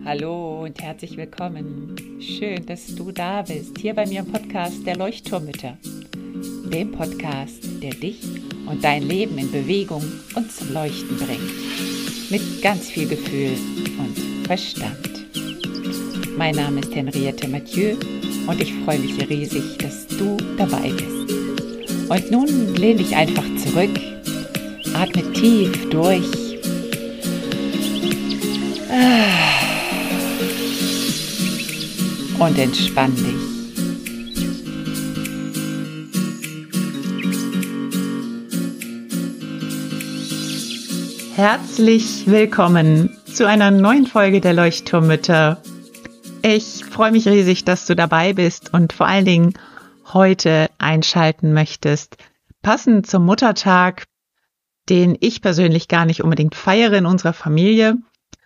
Hallo und herzlich willkommen. Schön, dass du da bist, hier bei mir im Podcast der Leuchtturmmütter. Dem Podcast, der dich und dein Leben in Bewegung und zum Leuchten bringt. Mit ganz viel Gefühl und Verstand. Mein Name ist Henriette Mathieu und ich freue mich riesig, dass du dabei bist. Und nun lehn dich einfach zurück, atme tief durch. Und entspann dich. Herzlich willkommen zu einer neuen Folge der Leuchtturmmütter. Ich freue mich riesig, dass du dabei bist und vor allen Dingen heute einschalten möchtest. Passend zum Muttertag, den ich persönlich gar nicht unbedingt feiere in unserer Familie.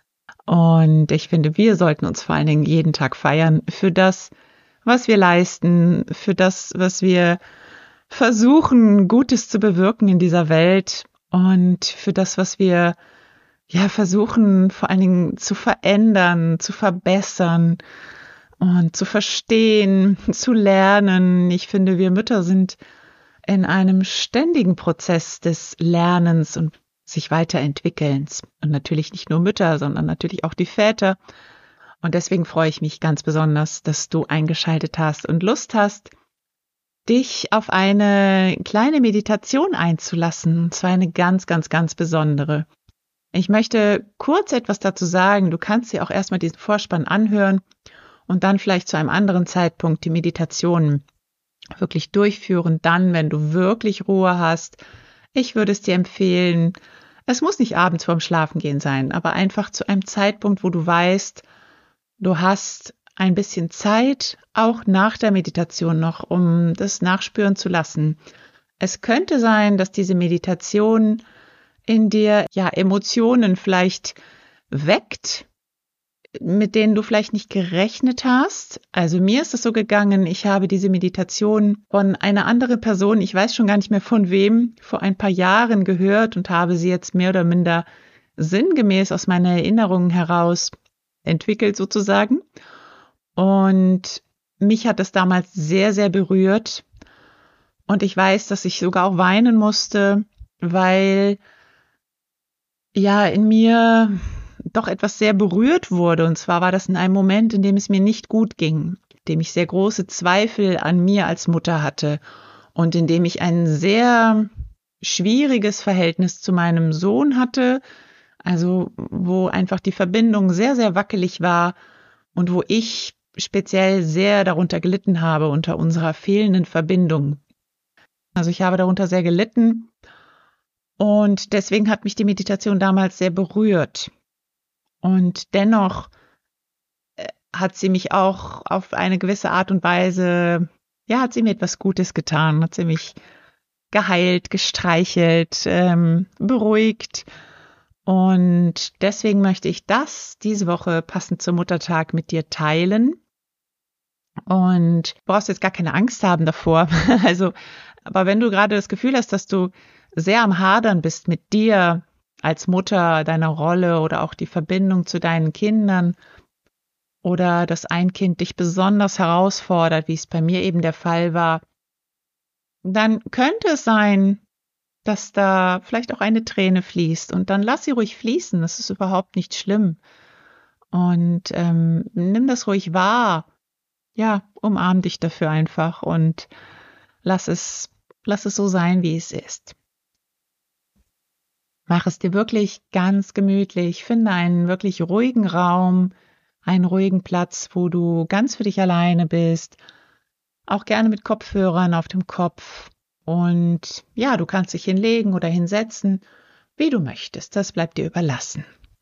Und ich finde, wir sollten uns vor allen Dingen jeden Tag feiern für das, was wir leisten, für das, was wir versuchen, Gutes zu bewirken in dieser Welt und für das, was wir versuchen, vor allen Dingen zu verändern, zu verbessern und zu verstehen, zu lernen. Ich finde, wir Mütter sind in einem ständigen Prozess des Lernens und sich weiterentwickelns. Und natürlich nicht nur Mütter, sondern natürlich auch die Väter. Und deswegen freue ich mich ganz besonders, dass du eingeschaltet hast und Lust hast, dich auf eine kleine Meditation einzulassen. Und zwar eine ganz, ganz, ganz besondere. Ich möchte kurz etwas dazu sagen. Du kannst dir auch erstmal diesen Vorspann anhören und dann vielleicht zu einem anderen Zeitpunkt die Meditation wirklich durchführen. Dann, wenn du wirklich Ruhe hast. Ich würde es dir empfehlen, es muss nicht abends vorm Schlafengehen sein, aber einfach zu einem Zeitpunkt, wo du weißt, du hast ein bisschen Zeit, auch nach der Meditation noch, um das nachspüren zu lassen. Es könnte sein, dass diese Meditation in dir Emotionen vielleicht weckt, mit denen du vielleicht nicht gerechnet hast. Also mir ist es so gegangen, ich habe diese Meditation von einer anderen Person, ich weiß schon gar nicht mehr von wem, vor ein paar Jahren gehört und habe sie jetzt mehr oder minder sinngemäß aus meiner Erinnerung heraus entwickelt sozusagen. Und mich hat es damals sehr, sehr berührt. Und ich weiß, dass ich sogar auch weinen musste, weil in mir doch etwas sehr berührt wurde. Und zwar war das in einem Moment, in dem es mir nicht gut ging, in dem ich sehr große Zweifel an mir als Mutter hatte und in dem ich ein sehr schwieriges Verhältnis zu meinem Sohn hatte, also wo einfach die Verbindung sehr, sehr wackelig war und wo ich speziell sehr darunter gelitten habe, unter unserer fehlenden Verbindung. Also ich habe darunter sehr gelitten und deswegen hat mich die Meditation damals sehr berührt. Und dennoch hat sie mich auch auf eine gewisse Art und Weise, hat sie mir etwas Gutes getan, hat sie mich geheilt, gestreichelt, beruhigt. Und deswegen möchte ich das diese Woche passend zum Muttertag mit dir teilen. Und du brauchst jetzt gar keine Angst haben davor. Aber wenn du gerade das Gefühl hast, dass du sehr am Hadern bist mit dir, als Mutter, deiner Rolle oder auch die Verbindung zu deinen Kindern oder dass ein Kind dich besonders herausfordert, wie es bei mir eben der Fall war, dann könnte es sein, dass da vielleicht auch eine Träne fließt und dann lass sie ruhig fließen, das ist überhaupt nicht schlimm und nimm das ruhig wahr, umarm dich dafür einfach und lass es so sein, wie es ist. Mach es dir wirklich ganz gemütlich. Finde einen wirklich ruhigen Raum, einen ruhigen Platz, wo du ganz für dich alleine bist. Auch gerne mit Kopfhörern auf dem Kopf. Und du kannst dich hinlegen oder hinsetzen, wie du möchtest. Das bleibt dir überlassen.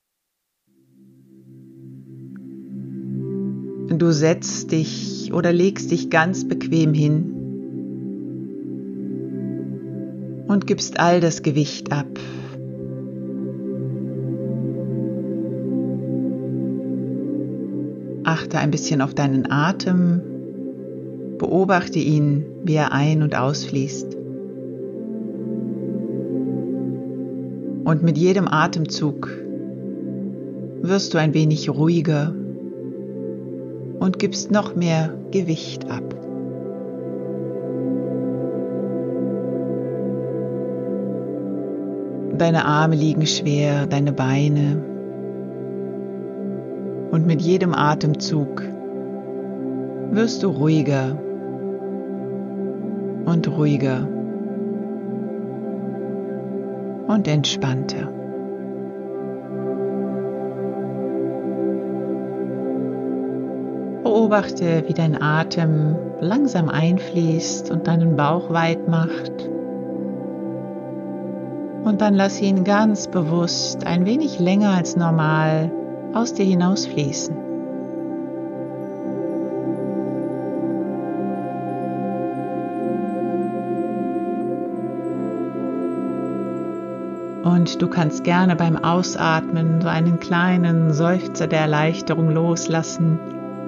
Du setzt dich oder legst dich ganz bequem hin und gibst all das Gewicht ab. Achte ein bisschen auf deinen Atem, beobachte ihn, wie er ein- und ausfließt. Und mit jedem Atemzug wirst du ein wenig ruhiger und gibst noch mehr Gewicht ab. Deine Arme liegen schwer, deine Beine. Und mit jedem Atemzug wirst du ruhiger und ruhiger und entspannter. Beobachte, wie dein Atem langsam einfließt und deinen Bauch weit macht. Und dann lass ihn ganz bewusst ein wenig länger als normal aus dir hinausfließen. Und du kannst gerne beim Ausatmen so einen kleinen Seufzer der Erleichterung loslassen,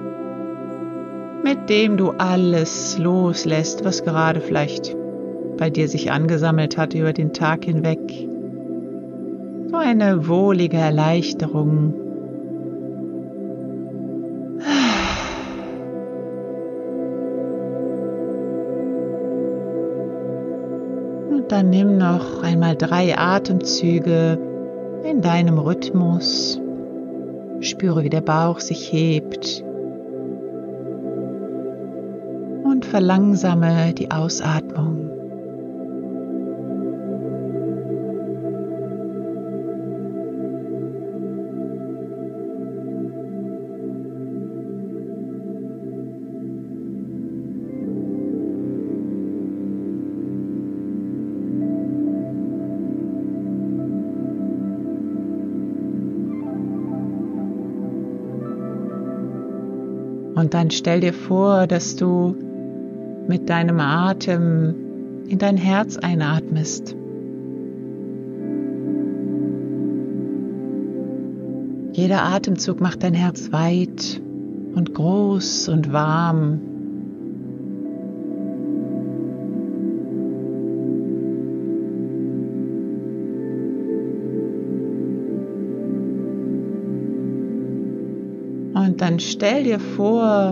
mit dem du alles loslässt, was gerade vielleicht bei dir sich angesammelt hat über den Tag hinweg. So eine wohlige Erleichterung. Und dann nimm noch einmal 3 Atemzüge in deinem Rhythmus. Spüre, wie der Bauch sich hebt. Und verlangsame die Ausatmung. Und dann stell dir vor, dass du mit deinem Atem in dein Herz einatmest. Jeder Atemzug macht dein Herz weit und groß und warm. Und dann stell dir vor,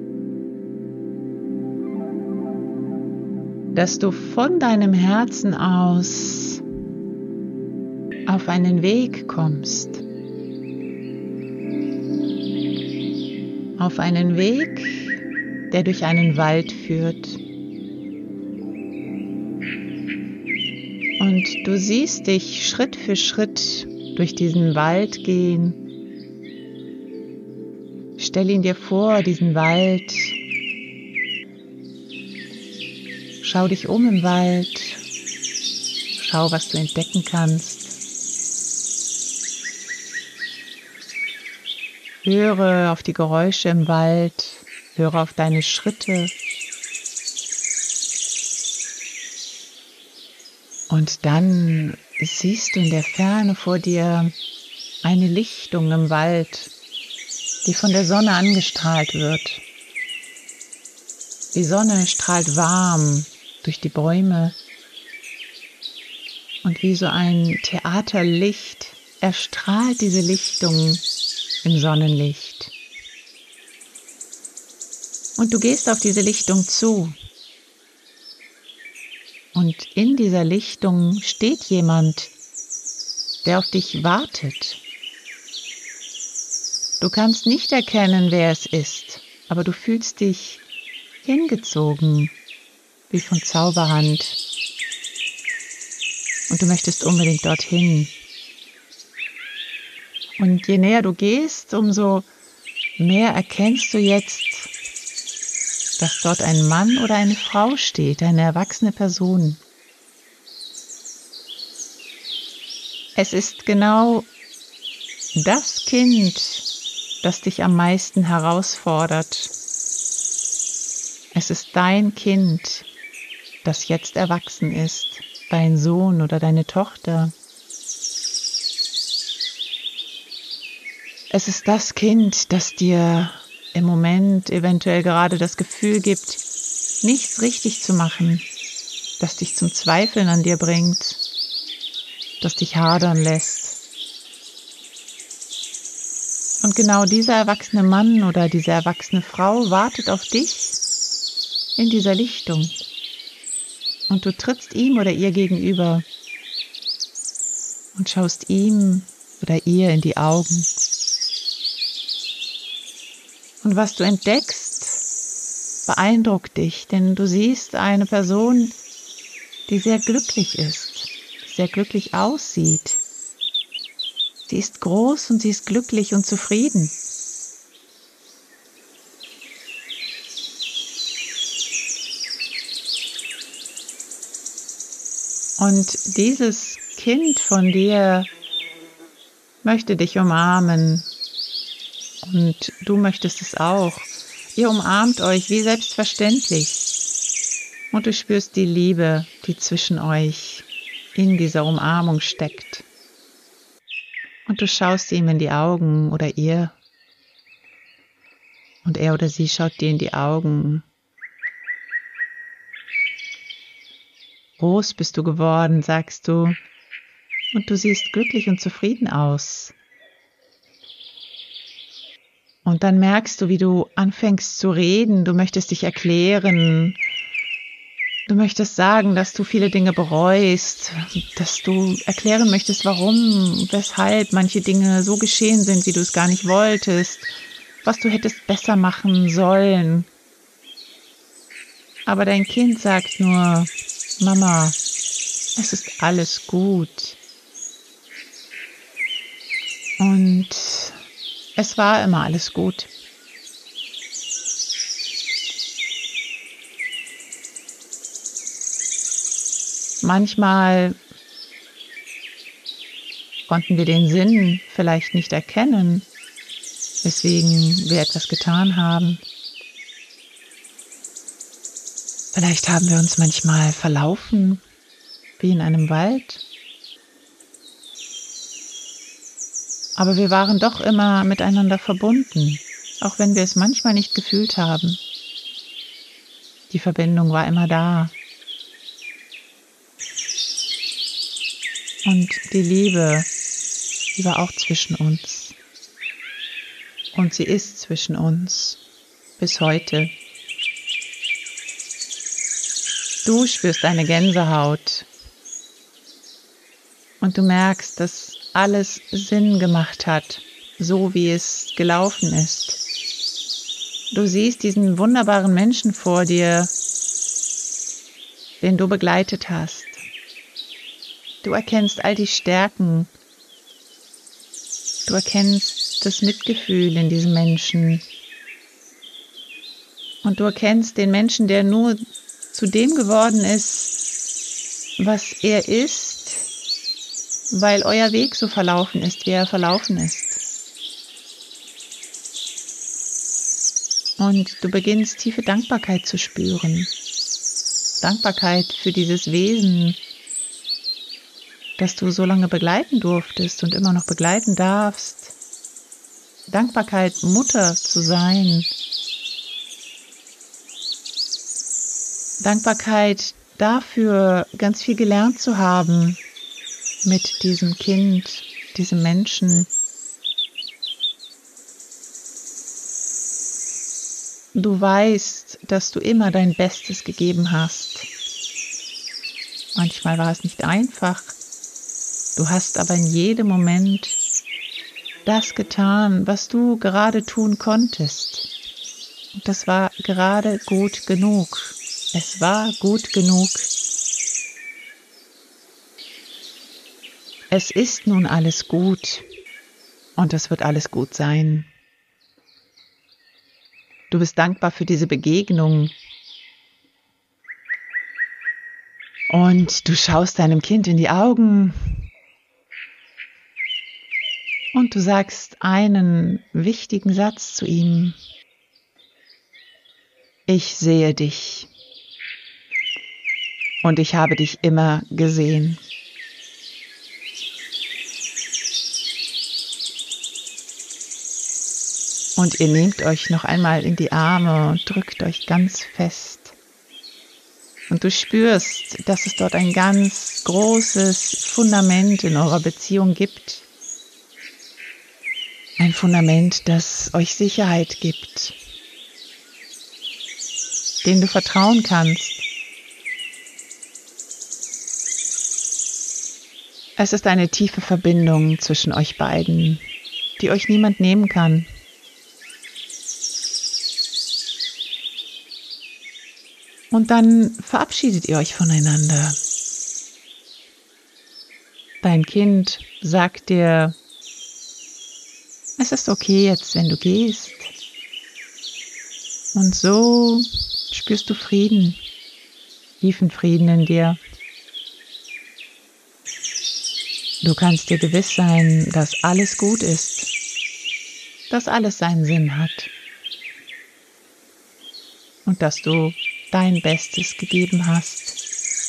dass du von deinem Herzen aus auf einen Weg kommst. Auf einen Weg, der durch einen Wald führt. Und du siehst dich Schritt für Schritt durch diesen Wald gehen. Stell ihn dir vor, diesen Wald. Schau dich um im Wald. Schau, was du entdecken kannst. Höre auf die Geräusche im Wald. Höre auf deine Schritte. Und dann siehst du in der Ferne vor dir eine Lichtung im Wald, die von der Sonne angestrahlt wird. Die Sonne strahlt warm durch die Bäume und wie so ein Theaterlicht erstrahlt diese Lichtung im Sonnenlicht. Und du gehst auf diese Lichtung zu. Und in dieser Lichtung steht jemand, der auf dich wartet. Du kannst nicht erkennen, wer es ist, aber du fühlst dich hingezogen, wie von Zauberhand. Und du möchtest unbedingt dorthin. Und je näher du gehst, umso mehr erkennst du jetzt, dass dort ein Mann oder eine Frau steht, eine erwachsene Person. Es ist genau das Kind, das dich am meisten herausfordert. Es ist dein Kind, das jetzt erwachsen ist, dein Sohn oder deine Tochter. Es ist das Kind, das dir im Moment eventuell gerade das Gefühl gibt, nichts richtig zu machen, das dich zum Zweifeln an dir bringt, das dich hadern lässt. Und Und genau dieser erwachsene Mann oder diese erwachsene Frau wartet auf dich in dieser Lichtung. Und du trittst ihm oder ihr gegenüber und schaust ihm oder ihr in die Augen. Und was du entdeckst, beeindruckt dich, denn du siehst eine Person, die sehr glücklich ist, sehr glücklich aussieht. Sie ist groß und sie ist glücklich und zufrieden. Und dieses Kind von dir möchte dich umarmen und du möchtest es auch. Ihr umarmt euch wie selbstverständlich und du spürst die Liebe, die zwischen euch in dieser Umarmung steckt. Und du schaust ihm in die Augen oder ihr und er oder sie schaut dir in die Augen. Groß bist du geworden, sagst du, und du siehst glücklich und zufrieden aus. Und dann merkst du, wie du anfängst zu reden, du möchtest dich erklären, du möchtest sagen, dass du viele Dinge bereust, dass du erklären möchtest, warum, weshalb manche Dinge so geschehen sind, wie du es gar nicht wolltest, was du hättest besser machen sollen. Aber dein Kind sagt nur, Mama, es ist alles gut. Und es war immer alles gut. Manchmal konnten wir den Sinn vielleicht nicht erkennen, weswegen wir etwas getan haben. Vielleicht haben wir uns manchmal verlaufen, wie in einem Wald. Aber wir waren doch immer miteinander verbunden, auch wenn wir es manchmal nicht gefühlt haben. Die Verbindung war immer da. Und die Liebe, die war auch zwischen uns. Und sie ist zwischen uns bis heute. Du spürst eine Gänsehaut und du merkst, dass alles Sinn gemacht hat, so wie es gelaufen ist. Du siehst diesen wunderbaren Menschen vor dir, den du begleitet hast. Du erkennst all die Stärken. Du erkennst das Mitgefühl in diesem Menschen. Und du erkennst den Menschen, der nur zu dem geworden ist, was er ist, weil euer Weg so verlaufen ist, wie er verlaufen ist. Und du beginnst tiefe Dankbarkeit zu spüren. Dankbarkeit für dieses Wesen, das du so lange begleiten durftest und immer noch begleiten darfst. Dankbarkeit, Mutter zu sein. Dankbarkeit dafür, ganz viel gelernt zu haben mit diesem Kind, diesem Menschen. Du weißt, dass du immer dein Bestes gegeben hast. Manchmal war es nicht einfach. Du hast aber in jedem Moment das getan, was du gerade tun konntest. Und das war gerade gut genug. Es war gut genug. Es ist nun alles gut und es wird alles gut sein. Du bist dankbar für diese Begegnung und du schaust deinem Kind in die Augen und du sagst einen wichtigen Satz zu ihm. Ich sehe dich. Und ich habe dich immer gesehen. Und ihr nehmt euch noch einmal in die Arme und drückt euch ganz fest. Und du spürst, dass es dort ein ganz großes Fundament in eurer Beziehung gibt. Ein Fundament, das euch Sicherheit gibt, dem du vertrauen kannst. Es ist eine tiefe Verbindung zwischen euch beiden, die euch niemand nehmen kann. Und dann verabschiedet ihr euch voneinander. Dein Kind sagt dir, es ist okay jetzt, wenn du gehst. Und so spürst du Frieden, tiefen Frieden in dir. Du kannst dir gewiss sein, dass alles gut ist, dass alles seinen Sinn hat und dass du dein Bestes gegeben hast.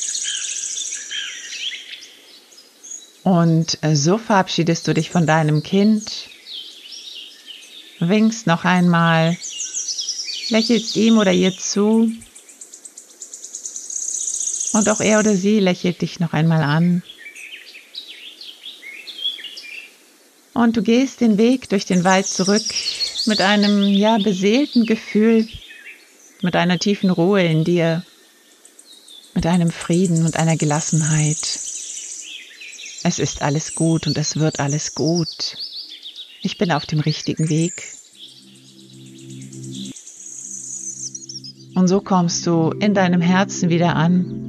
Und so verabschiedest du dich von deinem Kind, winkst noch einmal, lächelst ihm oder ihr zu und auch er oder sie lächelt dich noch einmal an. Und du gehst den Weg durch den Wald zurück mit einem, beseelten Gefühl, mit einer tiefen Ruhe in dir, mit einem Frieden und einer Gelassenheit. Es ist alles gut und es wird alles gut. Ich bin auf dem richtigen Weg. Und so kommst du in deinem Herzen wieder an.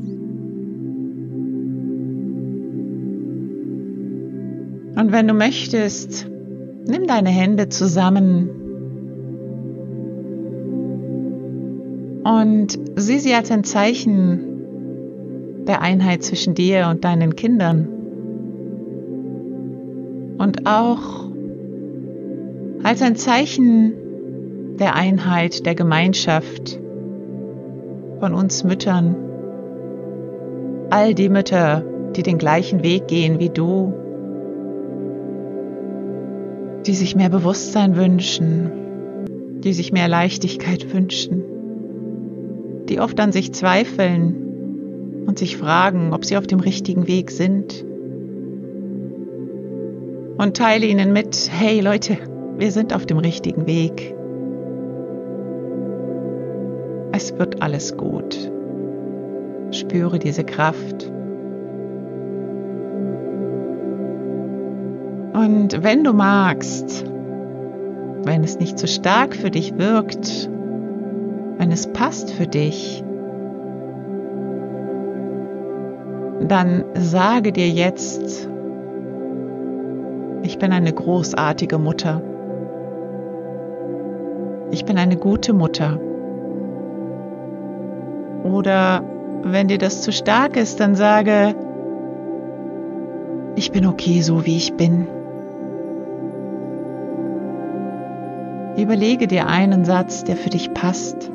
Und wenn du möchtest, nimm deine Hände zusammen und sieh sie als ein Zeichen der Einheit zwischen dir und deinen Kindern. Und auch als ein Zeichen der Einheit, der Gemeinschaft von uns Müttern. All die Mütter, die den gleichen Weg gehen wie du, die sich mehr Bewusstsein wünschen, die sich mehr Leichtigkeit wünschen, die oft an sich zweifeln und sich fragen, ob sie auf dem richtigen Weg sind. Und teile ihnen mit, hey Leute, wir sind auf dem richtigen Weg. Es wird alles gut. Spüre diese Kraft. Und wenn du magst, wenn es nicht zu stark für dich wirkt, wenn es passt für dich, dann sage dir jetzt, ich bin eine großartige Mutter. Ich bin eine gute Mutter. Oder wenn dir das zu stark ist, dann sage, ich bin okay, so wie ich bin. Überlege dir einen Satz, der für dich passt,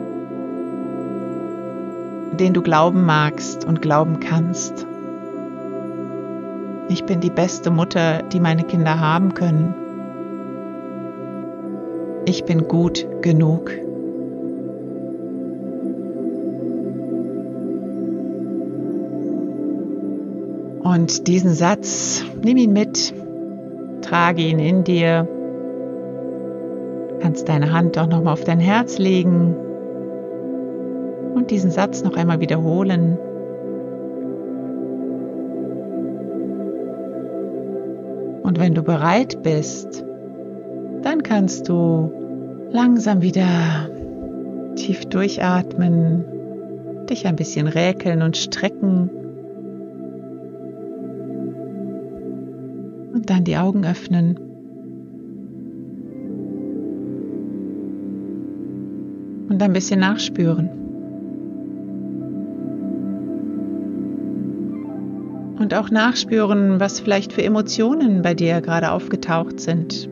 den du glauben magst und glauben kannst. Ich bin die beste Mutter, die meine Kinder haben können. Ich bin gut genug. Und diesen Satz, nimm ihn mit, trage ihn in dir. Du kannst deine Hand auch nochmal auf dein Herz legen und diesen Satz noch einmal wiederholen. Und wenn du bereit bist, dann kannst du langsam wieder tief durchatmen, dich ein bisschen räkeln und strecken und dann die Augen öffnen. Und ein bisschen nachspüren. Und auch nachspüren, was vielleicht für Emotionen bei dir gerade aufgetaucht sind.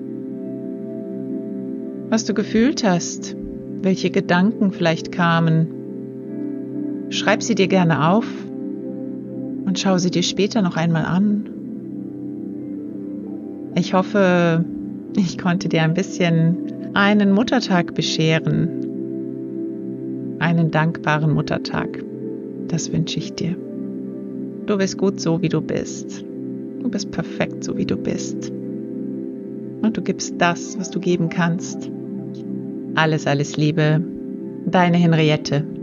Was du gefühlt hast, welche Gedanken vielleicht kamen. Schreib sie dir gerne auf und schau sie dir später noch einmal an. Ich hoffe, ich konnte dir ein bisschen einen Muttertag bescheren. Einen dankbaren Muttertag. Das wünsche ich dir. Du bist gut so, wie du bist. Du bist perfekt, so wie du bist. und du gibst das, was du geben kannst. Alles, alles Liebe, deine Henriette.